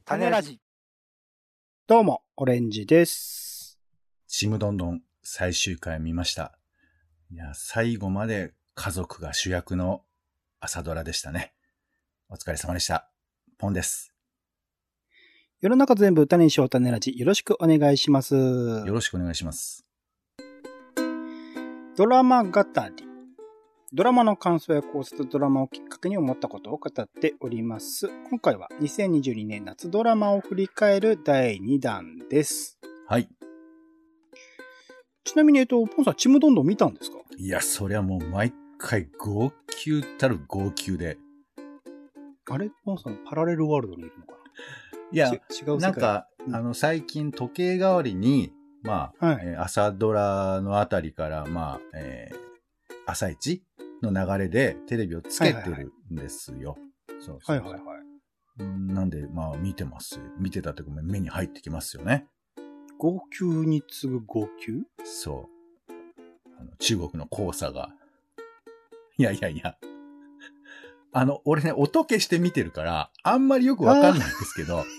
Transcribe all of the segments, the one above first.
種ラジ。どうも、オレンジです。 ちむどんどん最終回見ました。いや、最後まで家族が主役の朝ドラでしたね。お疲れ様でした。ポンです。 世の中全部種にしよう種ラジ。よろしくお願いします。 よろしくお願いします。 ドラマ語り。ドラマの感想や考察、ドラマをきっかけに思ったことを語っております。今回は2022年夏ドラマを振り返る第2弾です。 はい。 ちなみに、ポンさん、ちむどんどん見たんですか？ いや、そりゃもう毎回号泣たる号泣で。 あれポンさん、パラレルワールドにいるのかな？ いや、 違う世界。 なんか、最近時計代わりに、まあ、はい朝ドラのあたりから、まあ、朝一の流れでテレビをつけてるんですよ。そうそう。はいはいはい。なんで、まあ見てます。見てたって目に入ってきますよね。 号泣に次ぐ号泣？ そう。中国の黄砂が。いや。俺ね、音消して見てるから、あんまりよくわかんないんですけど。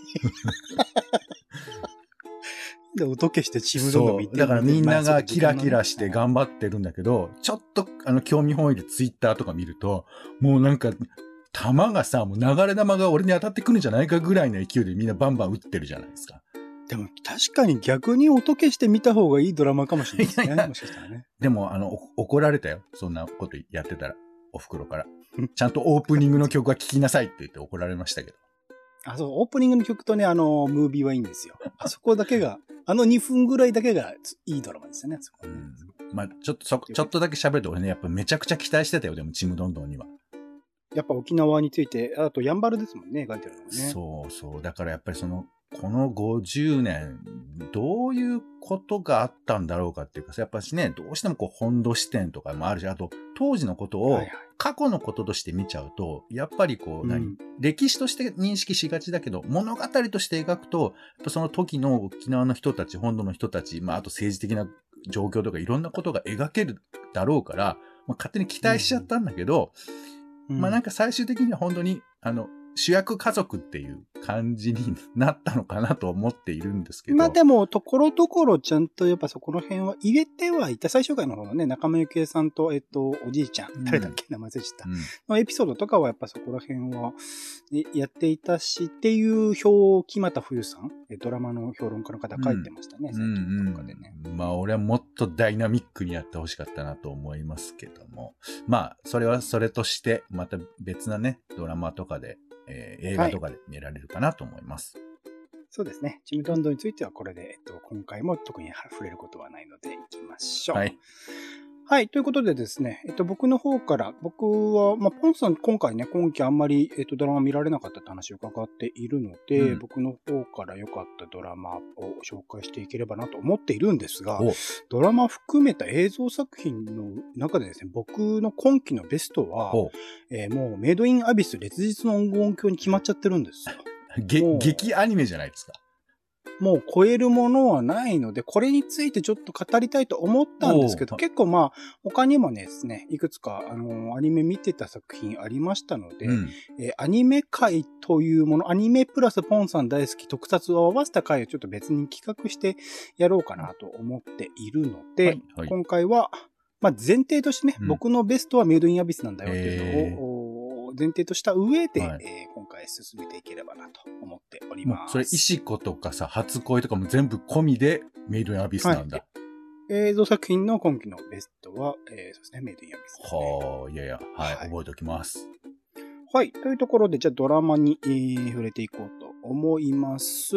で、音消してちむどんどん見てる。 だからみんながキラキラして頑張ってるんだけど、ちょっと興味本位でツイッターとか見ると、もうなんか、弾がさ、もう流れ弾が俺に当たってくるんじゃないかぐらいの勢いでみんなバンバン撃ってるじゃないですか。 でも確かに逆に音消して見た方がいいドラマかもしれないですね。もしかしたらね。 でも怒られたよ。そんなことやってたら、お袋から。ちゃんとオープニングの曲は聴きなさいって言って怒られましたけど。 あ、そう、オープニングの曲とね、ムービーはいいんですよ。あそこだけが、2分ぐらいだけがいいドラマですよね。そこね。 まあ、ちょっとだけ喋ると俺ね、やっぱめちゃくちゃ期待してたよ。でも、ちむどんどんには。 やっぱ沖縄について、あとやんばるですもんね、書いてるのがね。 そう。だからやっぱりこの50年、どういうことがあったんだろうかっていうか、やっぱしね、どうしても本土視点とかもあるし、あと、当時のことを過去のこととして見ちゃうと、やっぱり歴史として認識しがちだけど、物語として描くと、やっぱその時の沖縄の人たち、本土の人たち、まあ、あと政治的な状況とかいろんなことが描けるだろうから、まあ、勝手に期待しちゃったんだけど、まあなんか最終的には本当に、主役家族っていう感じになったのかなと思っているんですけど。 まあでも、ところどころちゃんとやっぱそこの辺は入れてはいた。最終回の方のね、中村ゆきえさんと、おじいちゃん、誰だっけ、名前忘れちゃった。のエピソードとかはやっぱそこら辺は、ね、やっていたし、っていう表を木俣冬さん、ドラマの評論家の方書いてましたね、最近とかでね。 まあ俺はもっとダイナミックにやってほしかったなと思いますけども。まあ、それはそれとして、また別なね、ドラマとかで、映画とかで見られるかなと思います。 そうですね。ちむどんどんについてはこれで、今回も特に触れることはないので、いきましょう。はい。はい。ということでですね、僕の方から、僕は、まあ、ポンさん今回ね、今期あんまり、ドラマ見られなかったって話を伺っているので、僕の方から良かったドラマを紹介していければなと思っているんですが、ドラマ含めた映像作品の中でですね、僕の今期のベストは、もうメイドインアビス烈日の黄金鏡に決まっちゃってるんですよ。 激アニメじゃないですか。 もう超えるものはないので、これについてちょっと語りたいと思ったんですけど、結構まあ、他にもですね、いくつか、アニメ見てた作品ありましたので、アニメ界というもの、アニメプラスポンさん大好き特撮を合わせた回をちょっと別に企画してやろうかなと思っているので、今回は、まあ前提としてね、僕のベストはメイドインアビスなんだよっていうのを、前提とした上で、今回進めていければなと思っております。 それ、石子とかさ、初恋とかも全部込みでメイドインアビスなんだ。 映像作品の今期のベストは、そうですね、メイドインアビスですね。 はい、覚えておきます。 はい、というところで、じゃあドラマに、触れていこうと思います。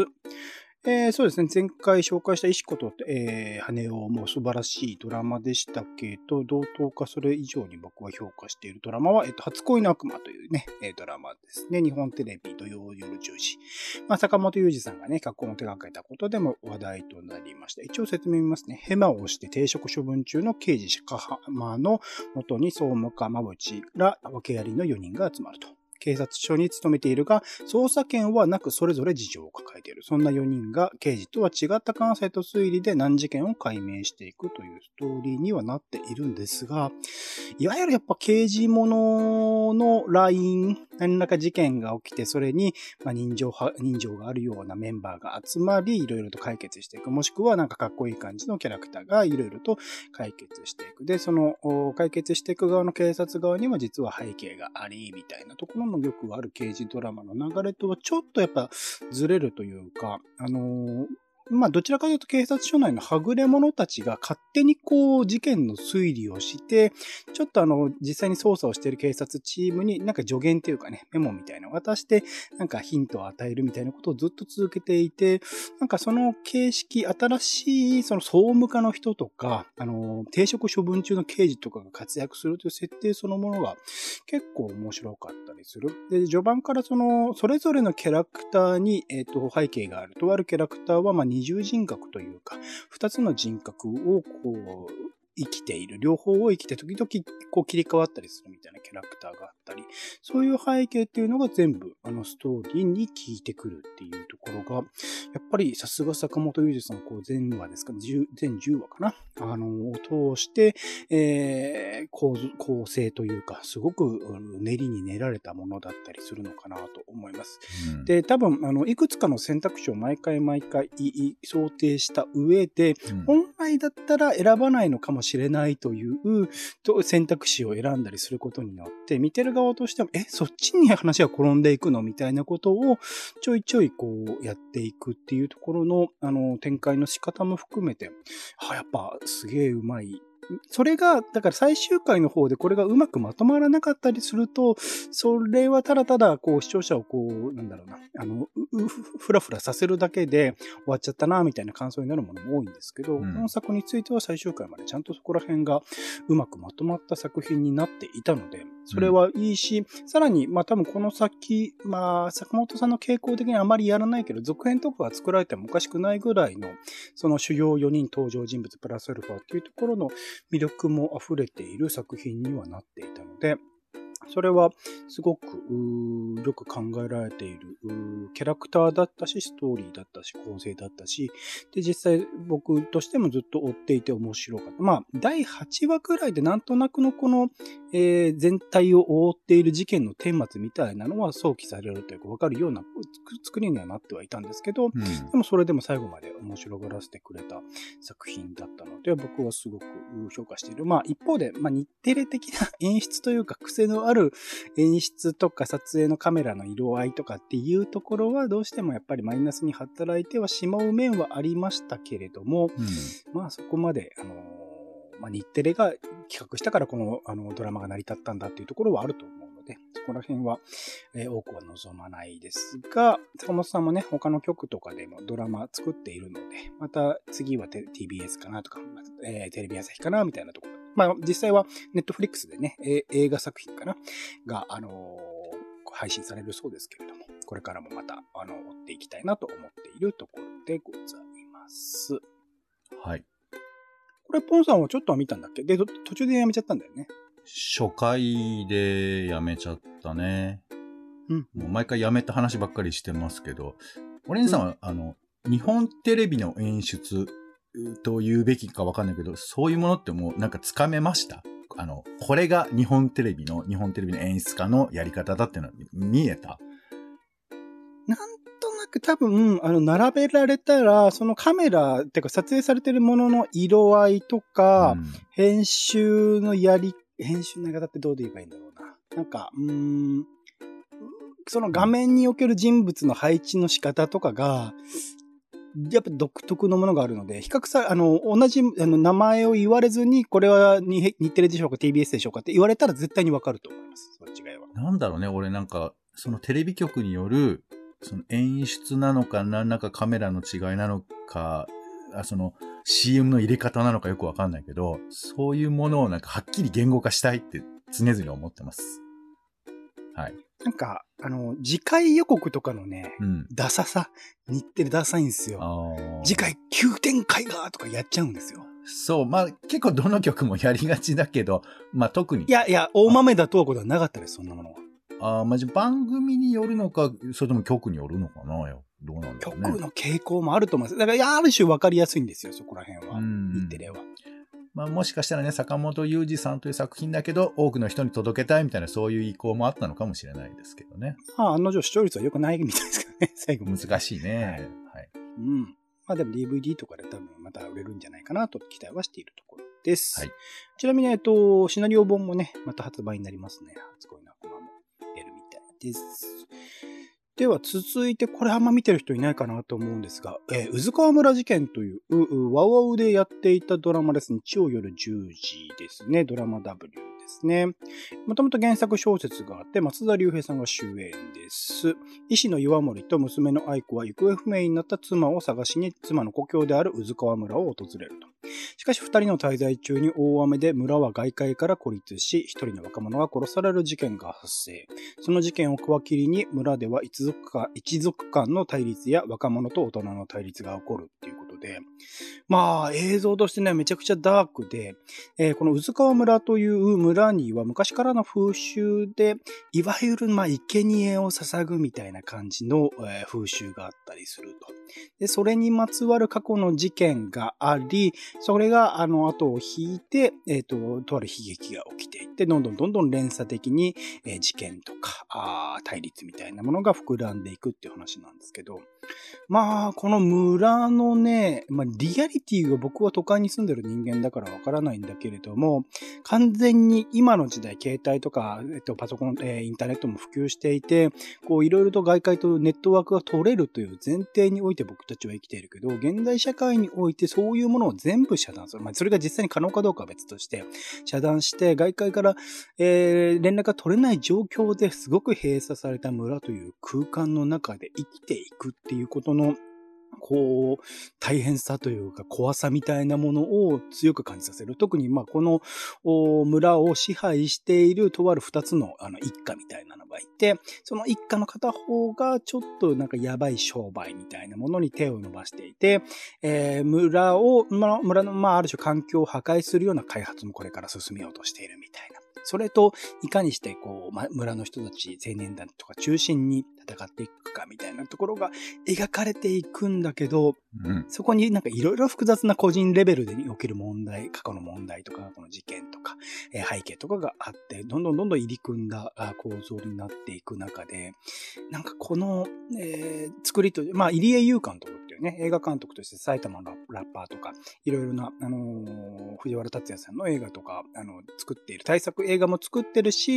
そうですね。前回紹介した石子と、羽男も素晴らしいドラマでしたけど、同等かそれ以上に僕は評価しているドラマは、初恋の悪魔というね、ドラマですね。日本テレビ土曜夜10時。まあ、坂本雄二さんがね、脚本を手掛けたことでも話題となりました。一応説明見ますね。ヘマをして停職処分中の刑事鹿浜の元に総務課馬淵ら訳ありの4人が集まると。警察署に勤めているが、捜査権はなくそれぞれ事情を抱えている。そんな4人が刑事とは違った感性と推理で難事件を解明していくというストーリーにはなっているんですが、いわゆるやっぱ刑事もののライン何らか事件が起きて、それに、人情があるようなメンバーが集まり、いろいろと解決していく。もしくはなんかかっこいい感じのキャラクターがいろいろと解決していく。で、その解決していく側の警察側には実は背景があり、みたいなところのよくある刑事ドラマの流れとはちょっとやっぱずれるというか、どちらかというと警察署内のはぐれ者たちが勝手に事件の推理をして、ちょっと実際に捜査をしている警察チームになんか助言っていうかね、メモみたいなのを渡して、なんかヒントを与えるみたいなことをずっと続けていて、なんかその形式、新しいその総務課の人とか、停職処分中の刑事とかが活躍するという設定そのものが結構面白かったりする。で、序盤からそれぞれのキャラクターに、背景がある。とあるキャラクターは、二重人格というか、二つの人格を生きている。両方を生きて時々切り替わったりするみたいなキャラクターがあったり、そういう背景っていうのが全部ストーリーに効いてくるっていうところが、やっぱりさすが坂本龍二さん、全話ですか、全10話かなを通して、構成というか、すごく練りに練られたものだったりするのかなと思います。で、多分、いくつかの選択肢を毎回想定した上で、本来だったら選ばないのかもしれないという選択肢を選んだりすることによって、見てる側としても、そっちに話が転んでいくのみたいなことをちょいちょいやっていくっていうところの、展開の仕方も含めて、やっぱすげえうまい。それが、だから最終回の方でこれがうまくまとまらなかったりすると、それはただただ、視聴者をふらふらさせるだけで終わっちゃったな、みたいな感想になるものも多いんですけど、この作については最終回までちゃんとそこら辺がうまくまとまった作品になっていたので、それはいいし、さらに、多分この先、坂本さんの傾向的にあまりやらないけど、続編とかが作られてもおかしくないぐらいの、その主要4人登場人物プラスアルファっていうところの魅力も溢れている作品にはなっていたので、それはすごくよく考えられているキャラクターだったし、ストーリーだったし、構成だったし、で、実際僕としてもずっと追っていて面白かった。第8話くらいでなんとなくの全体を覆っている事件の顛末みたいなのは想起されるというか分かるような作りにはなってはいたんですけど、でもそれでも最後まで面白がらせてくれた作品だったので、僕はすごく評価している。一方で、日テレ的な演出というか癖のある演出とか撮影のカメラの色合いとかっていうところはどうしてもやっぱりマイナスに働いてはしまう面はありましたけれども、そこまで日テレが企画したからこのドラマが成り立ったんだっていうところはあると思うので、そこら辺は、多くは望まないですが、坂本さんもね、他の局とかでもドラマ作っているので、また次はTBS かなとか、テレビ朝日かなみたいなところ。実際はネットフリックスでね、映画作品かなが、配信されるそうですけれども、これからもまた、追っていきたいなと思っているところでございます。 はい。 これ、ポンさんはちょっとは見たんだっけ？で、途中でやめちゃったんだよね。 初回でやめちゃったね。もう毎回やめた話ばっかりしてますけど、オレンジさんは、日本テレビの演出と言うべきかわかんないけど、そういうものってもうなんかつかめました？これが日本テレビの演出家のやり方だっていうのは見えた？ なんとなく多分、並べられたら、そのカメラ、ってか撮影されてるものの色合いとか、編集のやり方ってどうで言えばいいんだろうな。なんか、その画面における人物の配置の仕方とかが、やっぱ独特のものがあるので、比較さ、同じ、名前を言われずに、これは日テレでしょうか、TBS でしょうかって言われたら絶対にわかると思います。その違いは。 なんだろうね、俺なんか、そのテレビ局による、その演出なのか、何らかカメラの違いなのか、その CM の入れ方なのかよくわかんないけど、そういうものをなんかはっきり言語化したいって常々思ってます。はい。 なんか、次回予告とかのね、ダサさ、日テレダサいんですよ。次回急展開がとかやっちゃうんですよ。 そう、結構どの曲もやりがちだけど、特に。 いや、大豆だとはことはなかったです、そんなものは。 じゃ番組によるのか、それとも曲によるのかなよ。どうなんだろうね。 曲の傾向もあると思います。だから、ある種分かりやすいんですよ、そこら辺は。日テレは。 まあもしかしたらね、坂本雄二さんという作品だけど、多くの人に届けたいみたいなそういう意向もあったのかもしれないですけどね。 まあ、案の定視聴率は良くないみたいですからね、最後まで。 難しいね。はい。 うん。まあでも DVD とかで多分また売れるんじゃないかなと期待はしているところです。 はい。 ちなみに、シナリオ本もね、また発売になりますね。初恋の悪魔も出るみたいです。では続いて、これあんま見てる人いないかなと思うんですが、宇津川村事件という、ワウワウでやっていたドラマです。日曜夜10時ですね。ドラマ W ですね。もともと原作小説があって、松田龍平さんが主演です。医師の岩森と娘の愛子は行方不明になった妻を探しに妻の故郷である宇津川村を訪れると。しかし二人の滞在中に大雨で村は外界から孤立し、一人の若者が殺される事件が発生。その事件を皮切りに村では一族間の対立や若者と大人の対立が起こるっていうことで、まあ映像としてね、めちゃくちゃダークで、この宇津川村という村には昔からの風習で、いわゆる生贄を捧ぐみたいな感じの、風習があったりすると。で、それにまつわる過去の事件があり、それが後を引いて、とある悲劇が起きていって、どんどん連鎖的に、事件とか対立みたいなものが膨らんでいくっていう話なんですけど、まあ、この村のね、リアリティが僕は都会に住んでる人間だからわからないんだけれども、完全に今の時代、携帯とか、パソコン、インターネットも普及していて、こう、いろいろと外界とネットワークが取れるという前提において僕たちは生きているけど、現代社会においてそういうものを全部遮断する。それが実際に可能かどうかは別として、遮断して、外界から、連絡が取れない状況ですごく閉鎖された村という空間の中で生きていくっていうことの、こう、大変さというか怖さみたいなものを強く感じさせる。特にこの村を支配しているとある二つの一家みたいなのがいて、その一家の片方がちょっとなんかやばい商売みたいなものに手を伸ばしていて、村のある種環境を破壊するような開発もこれから進めようとしているみたいな。それと、いかにして村の人たち、青年団とか中心に戦っていくかみたいなところが描かれていくんだけど、そこになんかいろいろ複雑な個人レベルで起きる問題、過去の問題とか、この事件とか、背景とかがあって、どんどん入り組んだ構造になっていく中で、なんかこの、作りと、入江優監督っていうね、映画監督として埼玉のラッパーとか、いろいろな、藤原竜也さんの映画とか、作っている、大作映画も作ってるし、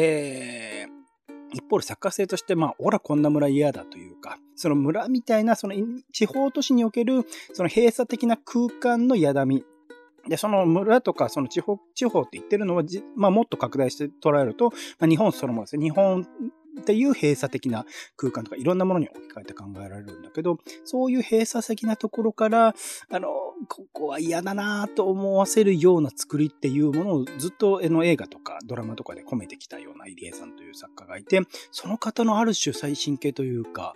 一方で作家性として、オラこんな村嫌だというか、その村みたいな、その地方都市における、その閉鎖的な空間のやだみ。で、その村とか、その地方って言ってるのは、もっと拡大して捉えると、日本そのものですね。日本っていう閉鎖的な空間とかいろんなものに置き換えて考えられるんだけど、そういう閉鎖的なところから、ここは嫌だなと思わせるような作りっていうものをずっと映画とかドラマとかで込めてきたような入江さんという作家がいて、その方のある種最新形というか、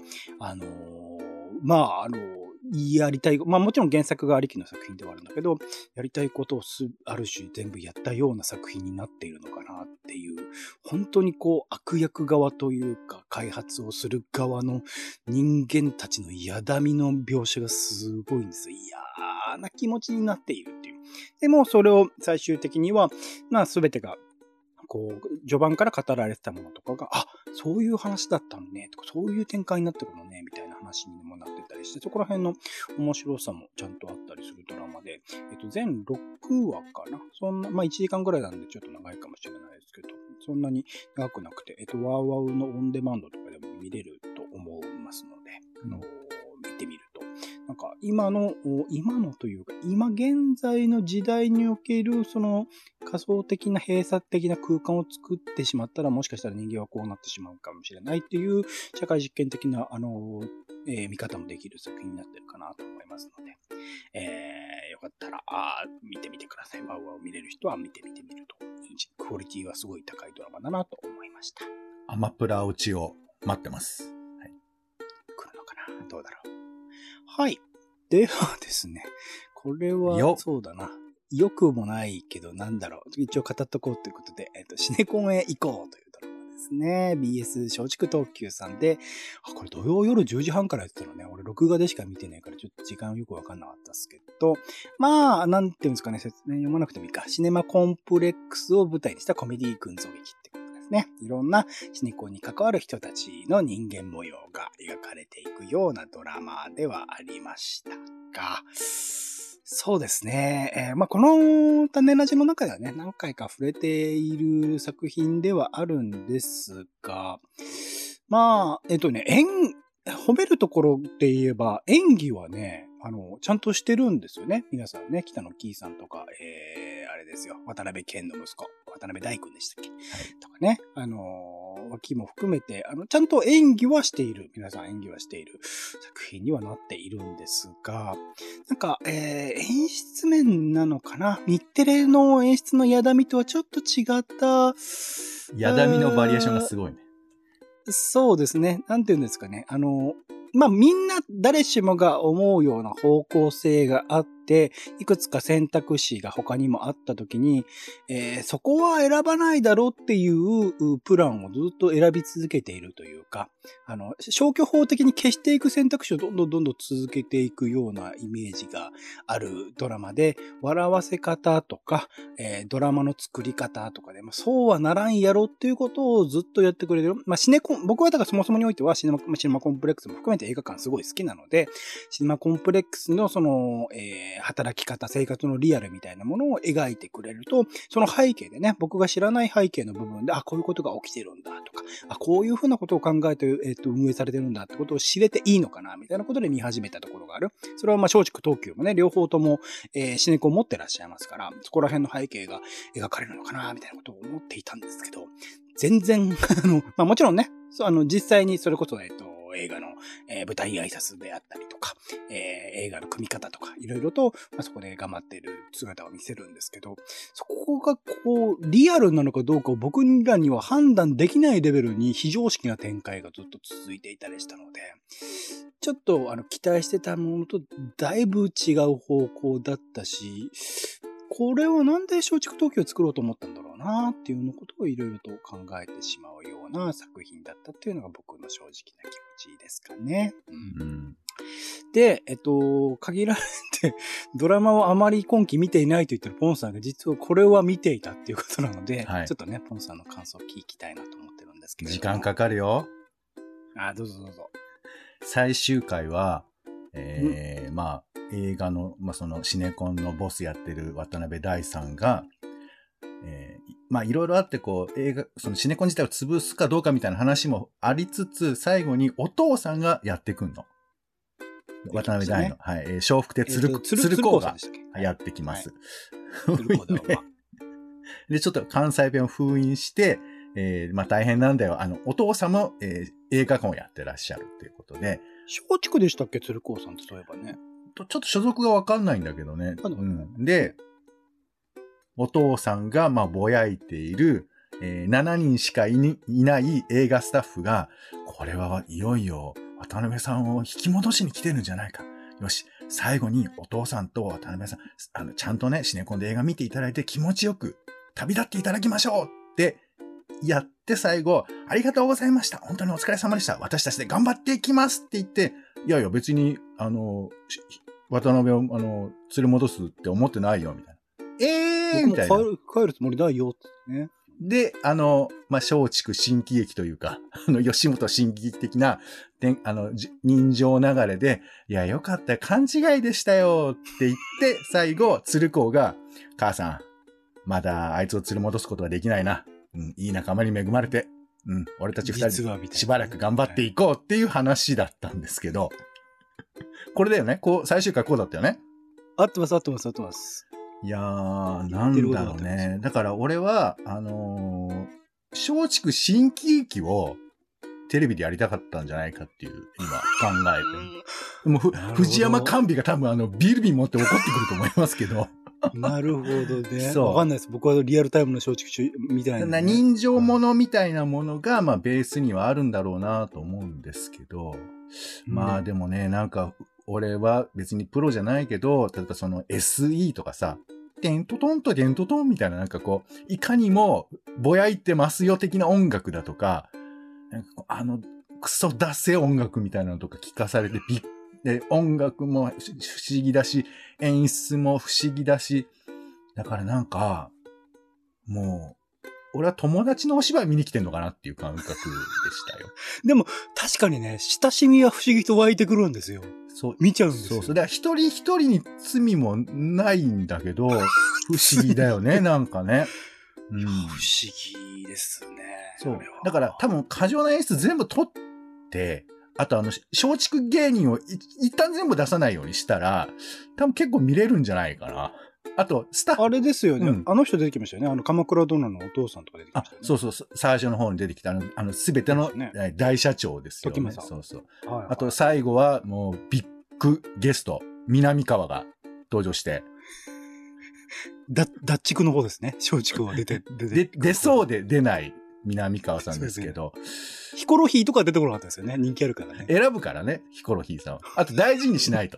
やりたい、もちろん原作がありきの作品ではあるんだけど、やりたいことをある種全部やったような作品になっているのかなっていう、本当に悪役側というか、開発をする側の人間たちのやだみの描写がすごいんですよ。嫌な気持ちになっているっていう。でもそれを最終的には、全てが、序盤から語られてたものとかが、そういう話だったのね、とか、そういう展開になってくるのね、みたいな話にもなってたりして、そこら辺の面白さもちゃんとあったりするドラマで、全6話かな。そんな、1時間ぐらいなんでちょっと長いかもしれないですけど、そんなに長くなくて、ワウワウのオンデマンドとかでも見れると思いますので、見てみると、なんか今のというか、今現在の時代におけるその仮想的な閉鎖的な空間を作ってしまったら、もしかしたら人間はこうなってしまうかもしれないっていう社会実験的な見方もできる作品になってるかなと思いますので、よかったら見てみてください。ワウワウ見れる人は見てみるといいし、クオリティはすごい高いドラマだなと思いました。 アマプラ落ちを待ってます。 はい、来るのかな、どうだろう。はい。ではですね、これはそうだな。よくもないけど、一応語っとこうということで、シネコンへ行こうというドラマでですね。BS 松竹東急さんで、これ土曜夜10時半からやってたのね。俺録画でしか見てないからちょっと時間よくわかんなかったですけど、まあ、なんていうんですかね、説明読まなくてもいいか。シネマコンプレックスを舞台にしたコメディ群像劇ってことですね。いろんなシネコンに関わる人たちの人間模様が描かれていくようなドラマではありましたが、そうですね。まあ、この種ラジの中ではね、何回か触れている作品ではあるんですが、まあ、褒めるところで言えば、演技はね、ちゃんとしてるんですよね。皆さんね、北野キーさんとか、あれですよ、渡辺謙の息子、渡辺大君でしたっけ、はい、とかね、脇も含めて、ちゃんと演技はしている。皆さん演技はしている作品にはなっているんですが、なんか、演出面なのかな、日テレの演出のやだみとはちょっと違った、 やだみのバリエーションがすごいね。 そうですね。なんていうんですかね。まあ、みんな誰しもが思うような方向性があって、いくつか選択肢が他にもあったときに、そこは選ばないだろうっていうプランをずっと選び続けているというか、消去法的に消していく選択肢をどんどん続けていくようなイメージがあるドラマで、笑わせ方とか、ドラマの作り方とかで、まあ、そうはならんやろっていうことをずっとやってくれてる。まあ、僕はだからそもそもにおいてはシネマコンプレックスも含めて映画館すごい好きなので、シネマコンプレックスのその、働き方、生活のリアルみたいなものを描いてくれると、その背景でね、僕が知らない背景の部分で、こういうことが起きてるんだとか、こういうふうなことを考えて、運営されてるんだってことを知れていいのかな、みたいなことで見始めたところがある。それはまあ、松竹東急もね、両方とも、シネコン持ってらっしゃいますから、そこら辺の背景が描かれるのかな、みたいなことを思っていたんですけど、全然、まあもちろんね、実際にそれこそ、映画の、舞台挨拶であったりとか、映画の組み方とか、いろいろと、まあ、そこで頑張っている姿を見せるんですけど、そこがこう、リアルなのかどうかを僕らには判断できないレベルに非常識な展開がずっと続いていたりしたので、ちょっと期待してたものとだいぶ違う方向だったし、これはなんで松竹東京を作ろうと思ったんだろうなっていうのことをいろいろと考えてしまうような作品だったっていうのが僕の正直な気持ちですかね。うん、で、限られてドラマをあまり今期見ていないと言ってるポンさんが実はこれは見ていたっていうことなので、はい、ちょっとね、ポンさんの感想を聞きたいなと思ってるんですけど。 時間かかるよ。 どうぞどうぞ。 最終回は、まあ、映画の、まあ、そのシネコンのボスやってる渡辺大さんが、まあいろいろあってこう映画、そのシネコン自体を潰すかどうかみたいな話もありつつ、最後にお父さんがやってくんの。渡辺大の、はい、笑福亭鶴光がやってきます。で、ちょっと関西弁を封印して、まあ大変なんだよ。お父さんも、映画館をやってらっしゃるっていうことで。 松竹でしたっけ、鶴光さんってそういえばね。 ちょっと所属がわかんないんだけどね。うん、で、お父さんが、まあ、ぼやいている、7人しかいない映画スタッフが、これはいよいよ渡辺さんを引き戻しに来てるんじゃないか。よし、最後にお父さんと渡辺さん、ちゃんとね、シネコンで映画見ていただいて気持ちよく旅立っていただきましょうってやって最後、ありがとうございました。本当にお疲れ様でした。私たちで頑張っていきますって言って、いやいや別に、渡辺を、連れ戻すって思ってないよ、みたいな。みたいな。 帰るつもりないよ、ってね。 で、まあ、松竹新喜劇というか、吉本新喜劇的な、人情流れで、いや、よかった、勘違いでしたよ、って言って、最後、鶴光が、母さん、まだあいつを連れ戻すことはできないな。うん、いい仲間に恵まれて、うん、俺たち二人、しばらく頑張っていこうっていう話だったんですけど、これだよね。こう、最終回こうだったよね。 合ってます。 いやー、なんだろうね。だから俺は、松竹新喜劇をテレビでやりたかったんじゃないかっていう、今考えてる。でも藤山甘美が多分ビール瓶持って怒ってくると思いますけど。 なるほどね。そう。わかんないです。僕はリアルタイムの松竹見てないんで、ね。 人情ものみたいなものが、まあベースにはあるんだろうなと思うんですけど、まあでもね、なんか、俺は別にプロじゃないけど、例えばその SE とかさ、 てんととんとてんととんみたいななんかこう、いかにもぼやいてますよ的な音楽だとか、なんかこうクソダセ音楽みたいなのとか聞かされてで、音楽も不思議だし、演出も不思議だし、だからなんか、もう、俺は友達のお芝居見に来てんのかなっていう感覚でしたよ。 でも、確かにね、親しみは不思議と湧いてくるんですよ。 そう。 見ちゃうんですよ。 そう。だから一人一人に罪もないんだけど、不思議だよね、なんかね。 不思議ですね。 そう。だから多分過剰な演出全部取って、あと松竹芸人を一旦全部出さないようにしたら、多分結構見れるんじゃないかな。あと、 あれですよね、あの人出てきましたよね。鎌倉殿のお父さんとか出てきましたよね。 そう。最初の方に出てきた、すべての大社長ですよね。そう。あと、最後はもうビッグゲスト、南川が登場して。 脱竹の方ですね。松竹は出そうで出ない南川さんですけど。 ヒコロヒーとか出てこなかったですよね。人気あるからね。 選ぶからね、ヒコロヒーさんは。あと大事にしないと。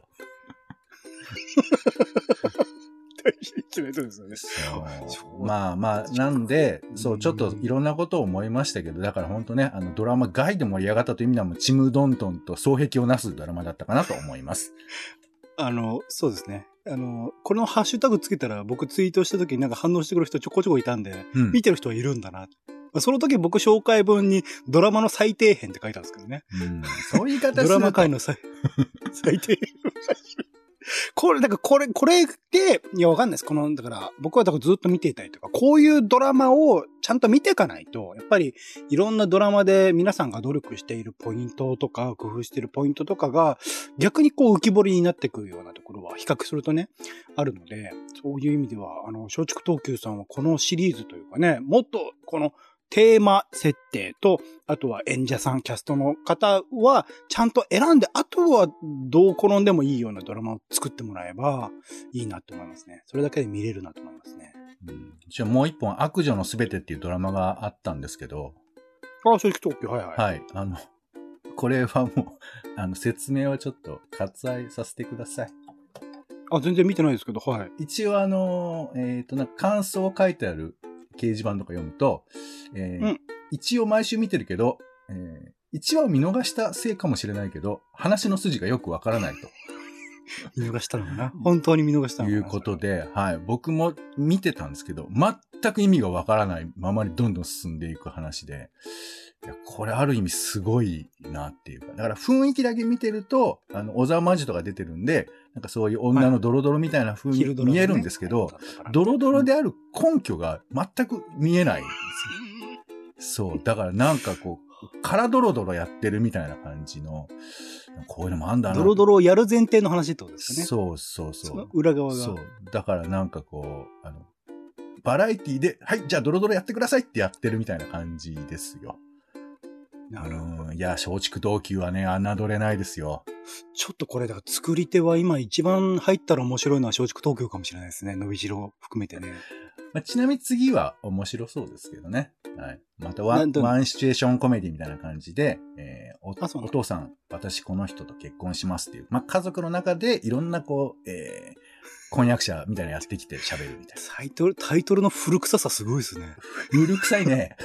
大事にしないとですよね。 まあ、なんで、そう、ちょっといろんなことを思いましたけど、だから本当ね、ドラマ外で盛り上がったという意味ではもうちむどんどんと双璧をなすドラマだったかなと思います。 そうですね。このハッシュタグつけたら僕ツイートした時になんか反応してくる人ちょこちょこいたんで、見てる人はいるんだな。その時僕紹介文にドラマの最低編って書いたんですけどね。 そういう言い方するとドラマ界の最低編。これで、いやわかんないです。だから僕はずっと見ていたりとか、こういうドラマをちゃんと見ていかないと、やっぱりいろんなドラマで皆さんが努力しているポイントとか、工夫しているポイントとかが、逆に浮き彫りになってくるようなところは比較するとね、あるので、そういう意味では、松竹東急さんはこのシリーズというかね、もっとこのテーマ設定と、あとは演者さん、キャストの方は、ちゃんと選んで、あとはどう転んでもいいようなドラマを作ってもらえばいいなと思いますね。それだけで見れるなと思いますね。 もう一本、悪女のすべてっていうドラマがあったんですけど。 松竹東急、はい。 はい。これはもう、説明をちょっと割愛させてください。 全然見てないですけど、はい。 一応なんか感想を書いてある掲示板とか読むと、一応毎週見てるけど、1話を見逃したせいかもしれないけど、話の筋がよくわからないと。 見逃したのかな本当に見逃したのかなということで、はい。僕も見てたんですけど、全く意味がわからないままにどんどん進んでいく話で、いやこれある意味すごいなっていうか、だから雰囲気だけ見てると、小沢魔女とか出てるんで、なんかそういう女のドロドロみたいな風に見えるんですけど、ドロドロである根拠が全く見えないんですよ。そう。だからなんか空ドロドロやってるみたいな感じの、こういうのもあんだな。 ドロドロをやる前提の話ってことですかね。 そう。 その裏側が。 そう。だからなんかバラエティで、はい、じゃあドロドロやってくださいってやってるみたいな感じですよ。 なるほど。 いや、松竹東急はね、侮れないですよ。 ちょっとこれ、だから作り手は今一番入ったら面白いのは松竹東急かもしれないですね。伸びしろ含めてね。 ちなみに次は面白そうですけどね。はい。またワンシチュエーションコメディみたいな感じで、お父さん、私この人と結婚しますっていう。家族の中でいろんな婚約者みたいなのやってきて喋るみたいな。 タイトルの古臭さすごいですね。 古臭いね。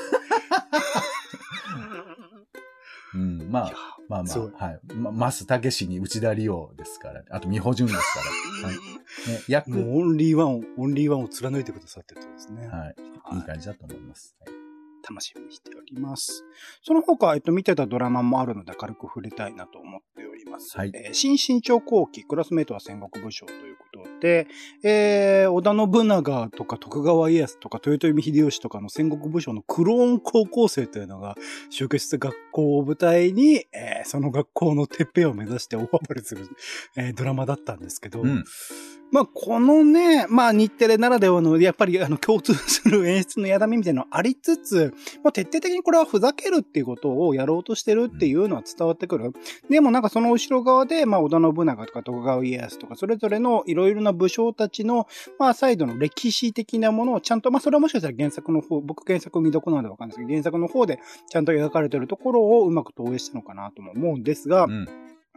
まあ、はい。増武史に内田理央ですから、あと美穂純ですから。はい。 もうオンリーワンを貫いてくださってるとですね。 はい。いい感じだと思います。はい、 楽しみにしております。その他、見てたドラマもあるので軽く触れたいなと思っております。はい。新清朝後期、クラスメートは戦国武将ということで、織田信長とか徳川家康とか豊臣秀吉とかの戦国武将のクローン高校生というのが集結した学校を舞台に、その学校のてっぺんを目指して大暴れする、ドラマだったんですけど、このね、日テレならではの、やっぱり共通する演出のやだみみたいなのありつつ、徹底的にこれはふざけるっていうことをやろうとしてるっていうのは伝わってくる。でもなんかその後ろ側で、織田信長とか徳川家康とか、それぞれのいろいろな武将たちの、サイドの歴史的なものをちゃんと、それはもしかしたら原作の方、僕原作見どこなんでわかんないですけど、原作の方でちゃんと描かれてるところをうまく投影したのかなとも思うんですが、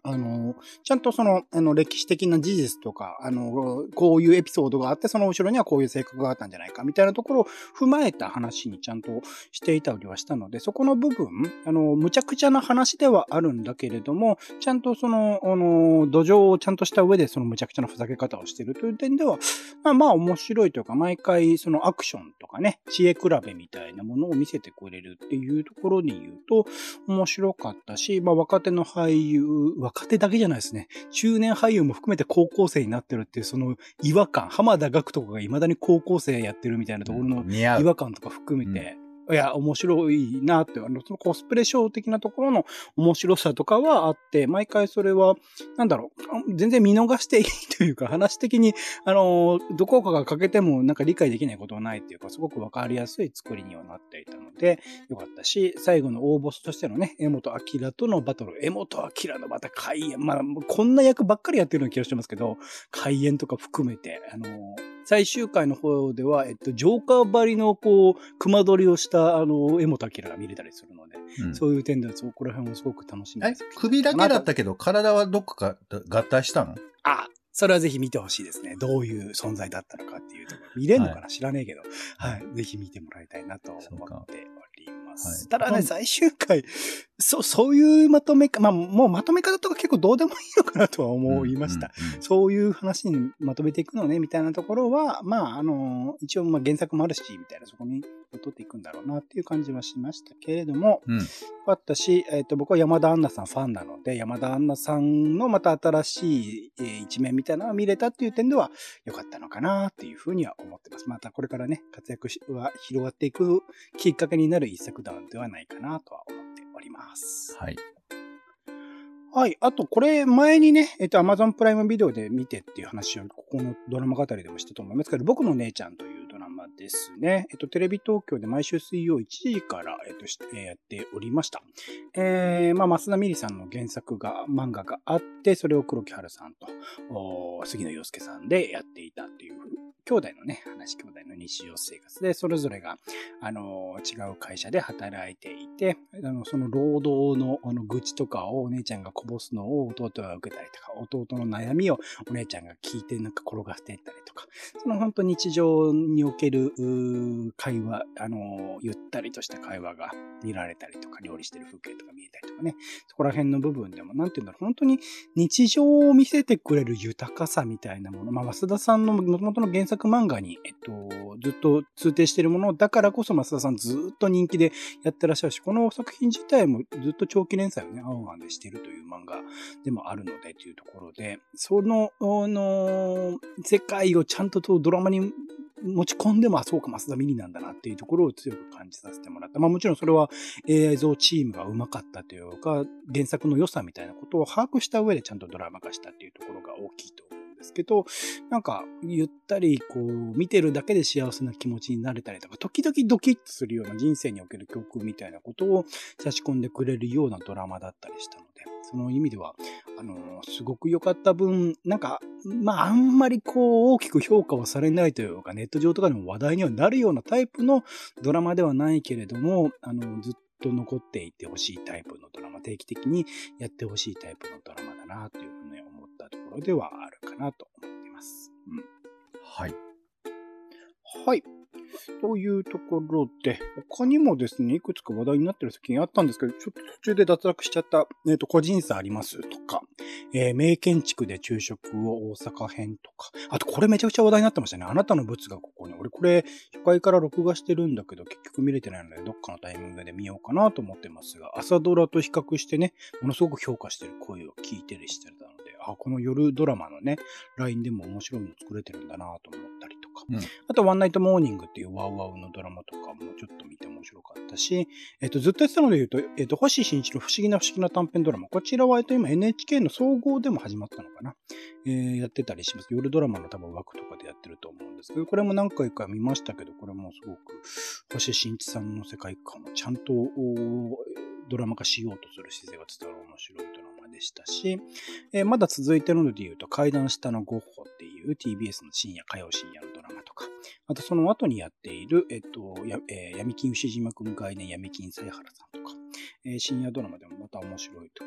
ちゃんと歴史的な事実とか、こういうエピソードがあって、その後ろにはこういう性格があったんじゃないか、みたいなところを踏まえた話にちゃんとしていたりはしたので、そこの部分、むちゃくちゃな話ではあるんだけれども、ちゃんと土壌をちゃんとした上でそのむちゃくちゃなふざけ方をしているという点では、まあ面白いというか、毎回そのアクションとかね、知恵比べみたいなものを見せてくれるっていうところに言うと、面白かったし、まあ若手の俳優、若手だけじゃないですね。中年俳優も含めて高校生になってるっていうその違和感、浜田岳とかが未だに高校生やってるみたいなところの違和感とか含めて、いや、面白いなって、そのコスプレショー的なところの面白さとかはあって、毎回それは、全然見逃していいというか、話的に、どこかが欠けてもなんか理解できないことはないっていうか、すごくわかりやすい作りにはなっていたので、よかったし、最後の大ボスとしてのね、江本明とのバトル、江本明のまた開演、まあ、こんな役ばっかりやってるような気がしてますけど、開演とか含めて、最終回の方では、ジョーカーばりの、熊取りをした、江本明が見れたりするので、そういう点では、そこら辺もすごく楽しみです。 首だけだったけど、体はどっか合体したの？ それはぜひ見てほしいですね。どういう存在だったのかっていうところ。見れるのかな、知らねえけど。はい。ぜひ見てもらいたいなと思っております。ただね、最終回、そういうまとめか、まあ、もうまとめ方とか結構どうでもいいのかなとは思いました。そういう話にまとめていくのね、みたいなところは、まあ、一応、原作もあるし、みたいな、そこに取っていくんだろうなっていう感じはしましたけれども、よかったし、僕は山田杏奈さんファンなので、山田杏奈さんのまた新しい、一面みたいなのが見れたっていう点では良かったのかなっていうふうには思ってます。またこれからね、活躍は広がっていくきっかけになる一作談ではないかなとは思っております。 はい。 はい。あと、これ、前にね、Amazon プライムビデオで見てっていう話を、ここのドラマ語りでもしたと思いますけど、僕の姉ちゃんというドラマですね。テレビ東京で毎週水曜1時から、やっておりました。まあ、増田美里さんの原作漫画があって、それを黒木華さんと、杉野遥亮さんでやっていたっていう、兄弟のね、兄弟の日常生活で、それぞれが、違う会社で働いていて、その労働の、愚痴とかをお姉ちゃんがこぼすのを弟が受けたりとか、弟の悩みをお姉ちゃんが聞いてなんか転がしていったりとか、その本当日常における、会話、ゆったりとした会話が見られたりとか、料理してる風景とか見えたりとかね、そこら辺の部分でも、なんていうんだろう、本当に日常を見せてくれる豊かさみたいなもの、まあ、増田さんの元々の原作漫画に、ずっと通底しているものだからこそ増田さんずっと人気でやってらっしゃるし、この作品自体もずっと長期連載をね、青漫でしているという漫画でもあるのでというところで、その、世界をちゃんとドラマに持ち込んでも、そうか、増田美里なんだなっていうところを強く感じさせてもらった。まあもちろんそれは映像チームが上手かったというか、原作の良さみたいなことを把握した上でちゃんとドラマ化したっていうところが大きいと思うんですけど、なんか、ゆったり、見てるだけで幸せな気持ちになれたりとか、時々ドキッとするような人生における教訓みたいなことを差し込んでくれるようなドラマだったりしたので、その意味では、すごく良かった分、なんか、まあ、あんまり大きく評価はされないというか、ネット上とかでも話題にはなるようなタイプのドラマではないけれども、ずっと残っていてほしいタイプのドラマ、定期的にやってほしいタイプのドラマだな、というふうに思ったところではあるかなと思っています。 はい。 はい。というところで、他にもですね、いくつか話題になっている作品あったんですけど、ちょっと途中で脱落しちゃった、個人差ありますとか、名建築で昼食を大阪編とか、あとこれめちゃくちゃ話題になってましたね。あなたのブツがここに。俺これ、初回から録画してるんだけど、結局見れてないので、どっかのタイミングで見ようかなと思ってますが、朝ドラと比較してね、ものすごく評価してる声を聞いてるしてたので、この夜ドラマのね、LINE でも面白いの作れてるんだなと思ったりとか、あとワンナイトモーニングっていうワウワウのドラマとかもちょっと見て面白かったし、ずっとやってたので言うと、星新一の不思議な短編ドラマ。こちらは今 NHK の総合でも始まったのかな。やってたりします。夜ドラマの多分枠とかでやってると思うんですけど、これも何回か見ましたけど、これもすごく星新一さんの世界観をちゃんとドラマ化しようとする姿勢が伝わる面白いドラマでしたし、まだ続いてるので言うと、階段下のゴッホっていう TBS の火曜深夜のドラマとか、あとその後にやっている、闇金牛島くん概念闇金犀原さんとか、深夜ドラマでもまた面白いと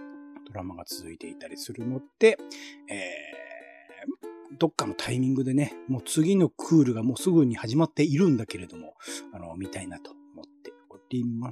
ドラマが続いていたりするので、どっかのタイミングでね、もう次のクールがもうすぐに始まっているんだけれども、見たいなと思っております。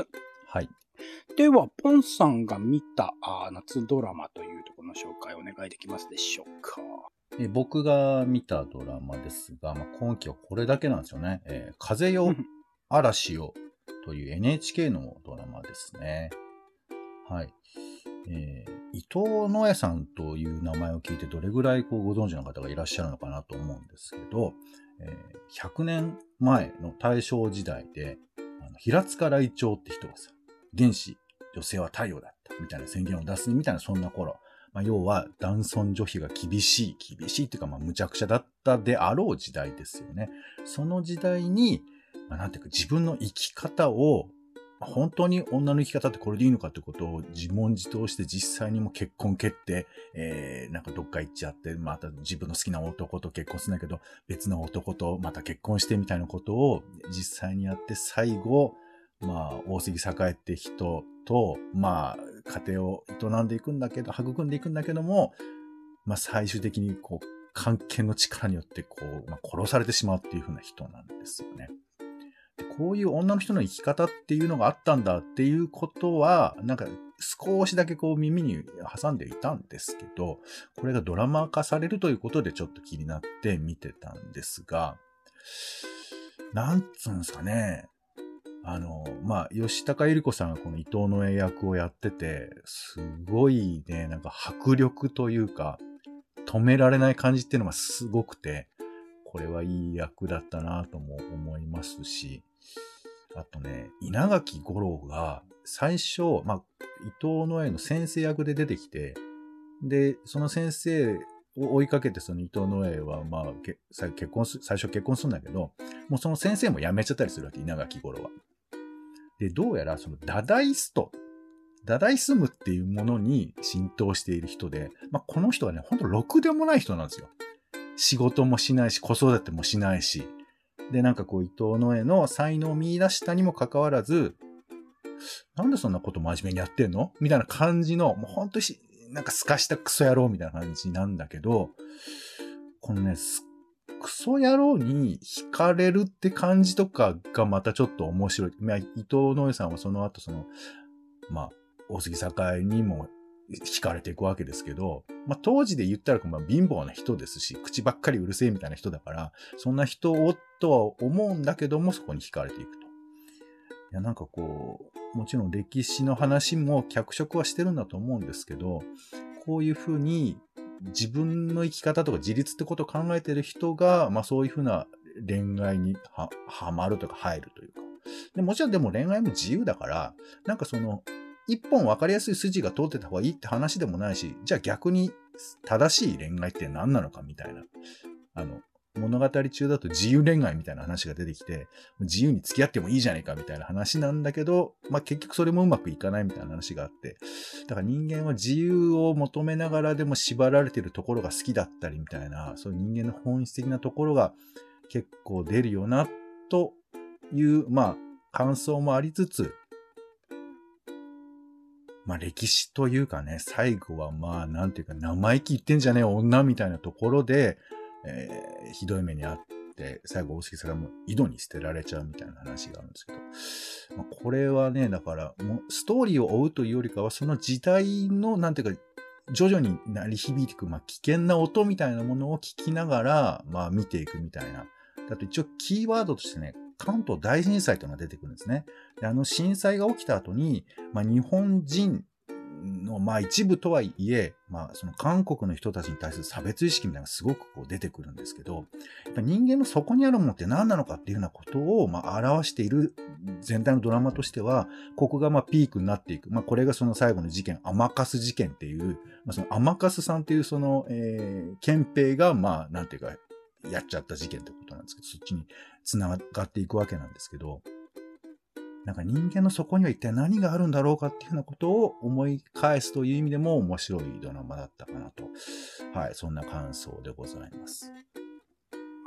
はい。 では、ポンさんが見た夏ドラマというところの紹介をお願いできますでしょうか。 僕が見たドラマですが、今期はこれだけなんですよね。風よ嵐よという NHK のドラマですね。はい。伊藤野枝さんという名前を聞いてどれぐらいご存知の方がいらっしゃるのかなと思うんですけど、100年前の大正時代で、平塚雷鳥って人がさ、原始女性は太陽だったみたいな宣言を出すみたいなそんな頃、要は男尊女卑が厳しいっていうか無茶苦茶だったであろう時代ですよね。その時代に、なんていうか自分の生き方を本当に女の生き方ってこれでいいのかってことを自問自答して実際にも結婚決定、なんかどっか行っちゃって、また自分の好きな男と結婚するんだけど、別の男とまた結婚してみたいなことを実際にやって最後、大杉栄って人と、家庭を営んでいくんだけど、育んでいくんだけども、最終的に関係の力によって殺されてしまうっていう風な人なんですよね。こういう女の人の生き方っていうのがあったんだっていうことは、なんか少しだけ耳に挟んでいたんですけど、これがドラマ化されるということでちょっと気になって見てたんですが、なんつうんですかね。吉高由里子さんがこの伊藤野枝役をやってて、すごいね、なんか迫力というか、止められない感じっていうのがすごくて、これはいい役だったなとも思いますし、あとね、稲垣吾郎が最初、伊藤野枝の先生役で出てきて、で、その先生を追いかけてその伊藤野枝は最初結婚するんだけど、もうその先生も辞めちゃったりするわけ、稲垣吾郎は。で、どうやらそのダダイスムっていうものに浸透している人で、この人はね、ほんとろくでもない人なんですよ。仕事もしないし、子育てもしないし。で、なんか伊藤野枝の才能を見出したにもかかわらず、なんでそんなこと真面目にやってんのみたいな感じの、もうほんとなんかすかしたクソ野郎みたいな感じなんだけど、このね、クソ野郎に惹かれるって感じとかがまたちょっと面白い。伊藤野枝さんはその後大杉栄にも惹かれていくわけですけど、当時で言ったら貧乏な人ですし、口ばっかりうるせえみたいな人だから、そんな人をとは思うんだけども、そこに惹かれていくと。いや、なんかもちろん歴史の話も脚色はしてるんだと思うんですけど、こういうふうに自分の生き方とか自立ってことを考えてる人が、そういうふうな恋愛にはまるというか入るというか。でもちろんでも恋愛も自由だから、なんか一本分かりやすい筋が通ってた方がいいって話でもないし、じゃあ逆に正しい恋愛って何なのかみたいな。物語中だと自由恋愛みたいな話が出てきて、自由に付き合ってもいいじゃないかみたいな話なんだけど、結局それもうまくいかないみたいな話があって、だから人間は自由を求めながらでも縛られているところが好きだったりみたいな、そういう人間の本質的なところが結構出るよな、という、感想もありつつ、歴史というかね、最後はなんていうか生意気言ってんじゃねえ女みたいなところで、ひどい目にあって、最後大杉さんがもう井戸に捨てられちゃうみたいな話があるんですけど、これはね、だからもうストーリーを追うというよりかは、その時代のなんていうか、徐々に鳴り響いていく、危険な音みたいなものを聞きながら、見ていくみたいな。だって一応キーワードとしてね、関東大震災というのが出てくるんですね。で、震災が起きた後に、日本人の一部とはいえ、その韓国の人たちに対する差別意識みたいなのがすごく出てくるんですけど、やっぱ人間の底にあるものって何なのかっていうようなことを表している全体のドラマとしては、ここがピークになっていく。これがその最後の事件、甘粕事件っていう、その甘粕さんっていうその、憲兵がなんていうか、やっちゃった事件ってことなんですけど、そっちに繋がっていくわけなんですけど、なんか人間の底には一体何があるんだろうかっていうようなことを思い返すという意味でも面白いドラマだったかなと。はい、そんな感想でございます。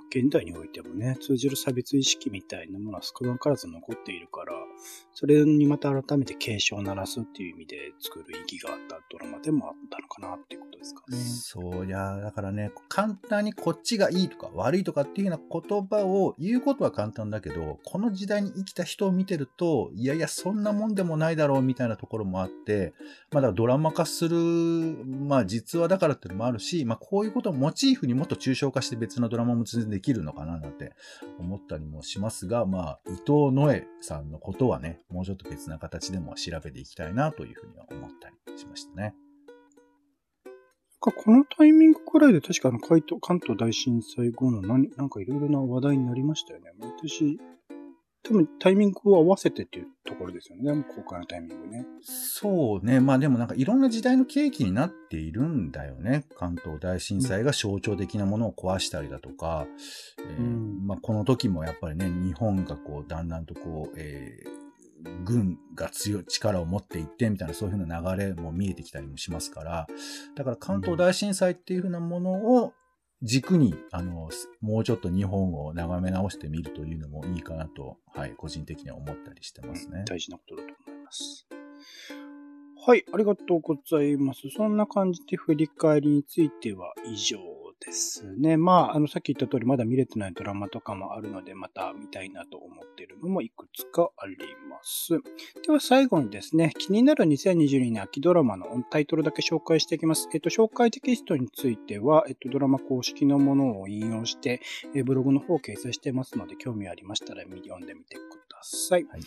現代においてもね、通じる差別意識みたいなものは少なからず残っているから、それにまた改めて警鐘を鳴らすっていう意味で作る意義があったドラマでもあったのかなっていうことですかね。 そういや、だからね、簡単にこっちがいいとか悪いとかっていうような言葉を言うことは簡単だけど、この時代に生きた人を見てると、いやいや、そんなもんでもないだろうみたいなところもあって、まあだからドラマ化する、まあ実話だからっていうのもあるし、まあこういうことをモチーフにもっと抽象化して別のドラマも全然できるのかななんて思ったりもしますが、まあ伊藤野枝さんのことはね、もうちょっと別な形でも調べていきたいなというふうには思ったりしましたね。 このタイミングくらいで確か関東大震災後のなんかいろいろな話題になりましたよね。毎年、多分タイミングを合わせてっていうところですよね。公開のタイミングね。 そうね。まあでもなんかいろんな時代の契機になっているんだよね。関東大震災が象徴的なものを壊したりだとか、まあこの時もやっぱりね、日本がこうだんだんとこう、軍が強い力を持っていってみたいなそういう風な流れも見えてきたりもしますから、だから関東大震災っていう風なものを軸にもうちょっと日本を眺め直してみるというのもいいかなと、はい、個人的には思ったりしてますね。 大事なことだと思います。はい、ありがとうございます。そんな感じで振り返りについては以上ですね。まあ、さっき言った通りまだ見れてないドラマとかもあるので、また見たいなと思っているのもいくつかあります。では最後にですね、気になる2022年秋ドラマのタイトルだけ紹介していきます。紹介テキストについては、ドラマ公式のものを引用して、ブログの方を掲載してますので、興味ありましたら読んでみてください。はい、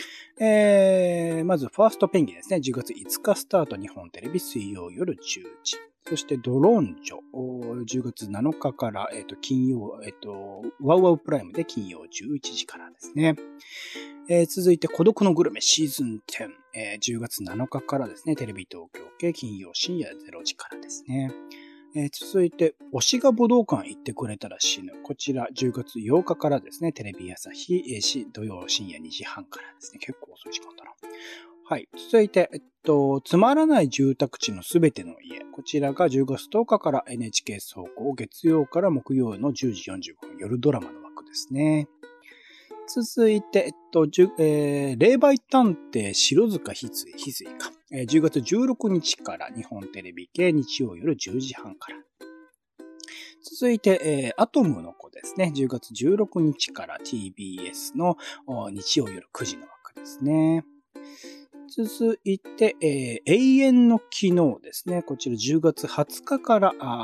まず、ファーストペンギンですね。10月5日スタート、日本テレビ水曜夜10時。そして、ドロンジョ、10月7日から、金曜、ワウワウプライムで金曜11時からですね。続いて、孤独のグルメシーズン10、10月7日からですね、テレビ東京系金曜深夜0時からですね。続いて、推しが武道館行ってくれたら死ぬ。こちら、10月8日からですね、テレビ朝日、土曜深夜2時半からですね。結構遅い時間だな。はい。続いて、つまらない住宅地のすべての家。こちらが10月10日から NHK 総合、月曜から木曜の10時45分、夜ドラマの枠ですね。続いて、霊媒探偵白塚翡翠か。10月16日から日本テレビ系日曜夜10時半から。続いて、アトムの子ですね。10月16日から TBS の日曜夜9時の枠ですね。続いて、永遠の昨日ですね。こちら10月20日から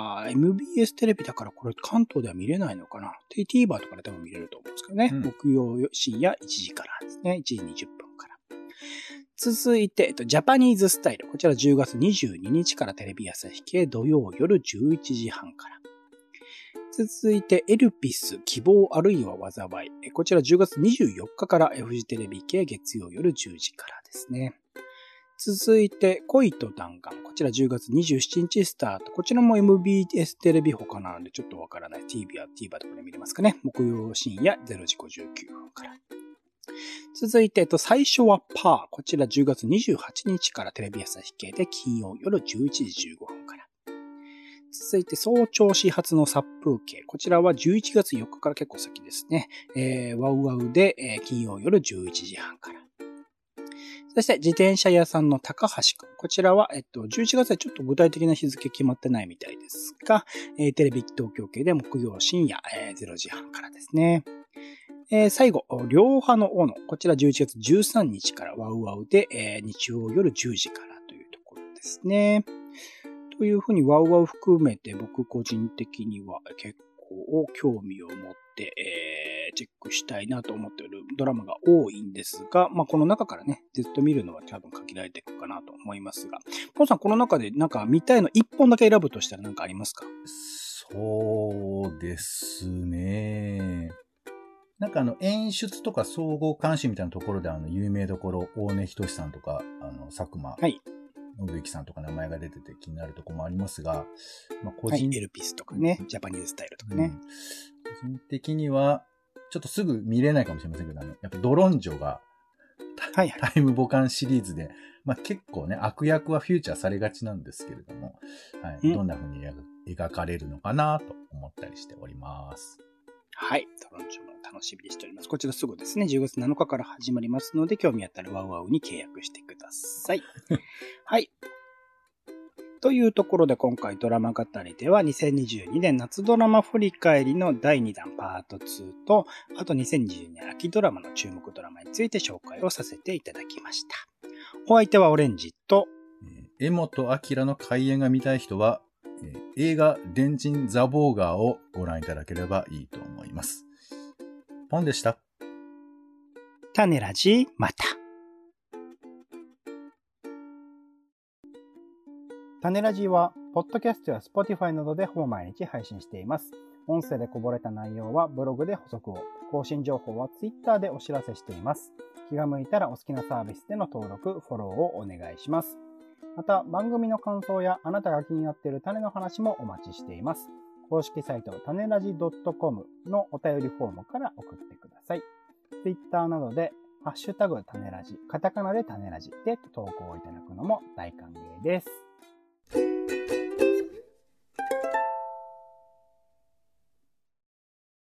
、MBS テレビだからこれ関東では見れないのかな。TVer とかで多分見れると思うんですけどね。木曜深夜1時からですね。1時20分から。続いて、ジャパニーズスタイル。こちら10月22日からテレビ朝日系土曜夜11時半から。続いて、エルピス、希望あるいは災い。こちら10月24日からフジテレビ系月曜夜10時からですね。続いて、恋と弾丸。こちら10月27日スタート。こちらも MBS テレビ他なのでちょっとわからない。TVer とかで見れますかね。木曜深夜0時59分から。続いて、最初はパー。こちら10月28日からテレビ朝日系で金曜夜11時15分から。続いて、早朝始発の殺風景。こちらは11月4日から結構先ですね。ワウワウで、金曜夜11時半から。そして、自転車屋さんの高橋くん。こちらは、11月はちょっと具体的な日付決まってないみたいですが、テレビ東京系で木曜深夜、0時半からですね。最後、両派の斧。こちら11月13日からワウワウで、日曜夜10時からというところですね。というふうにワウワウ含めて僕個人的には結構興味を持って、チェックしたいなと思っているドラマが多いんですが、まあこの中からね、ずっと見るのは多分限られていくかなと思いますが、ポンさんこの中でなんか見たいの1本だけ選ぶとしたら何かありますか？ そうですね。なんか演出とか総合監視みたいなところで有名どころ、大根仁さんとか、佐久間。はい。信之さんとか名前が出てて気になるところもありますが、まあ、 エルピスとかね、ジャパニーズスタイルとかね。 個人的には、ちょっとすぐ見れないかもしれませんけど、やっぱドロンジョが、タイムボカンシリーズで、まあ結構ね、悪役はフューチャーされがちなんですけれども、はい、どんな風に描かれるのかなと思ったりしております。 はい。トロンチョも楽しみにしております。こちらすぐですね、10月7日から始まりますので、興味あったらワウワウに契約してください。はい。というところで今回ドラマ語りでは2022年夏ドラマ振り返りの第2弾パート2と、あと2022年秋ドラマの注目ドラマについて紹介をさせていただきました。お相手はオレンジと、 江本明の開演が見たい人は、映画電人ザボーガーをご覧いただければいいと思います。ポンでした。 種ラジまた。種ラジは、ポッドキャストや Spotify などでほぼ毎日配信しています。音声でこぼれた内容はブログで補足を、更新情報は Twitter でお知らせしています。気が向いたらお好きなサービスでの登録、フォローをお願いします。また、番組の感想やあなたが気になっている種の話もお待ちしています。公式サイト、種ラジ .com のお便りフォームから送ってください。Twitter などで、ハッシュタグ種ラジ、カタカナで種ラジで投稿いただくのも大歓迎です。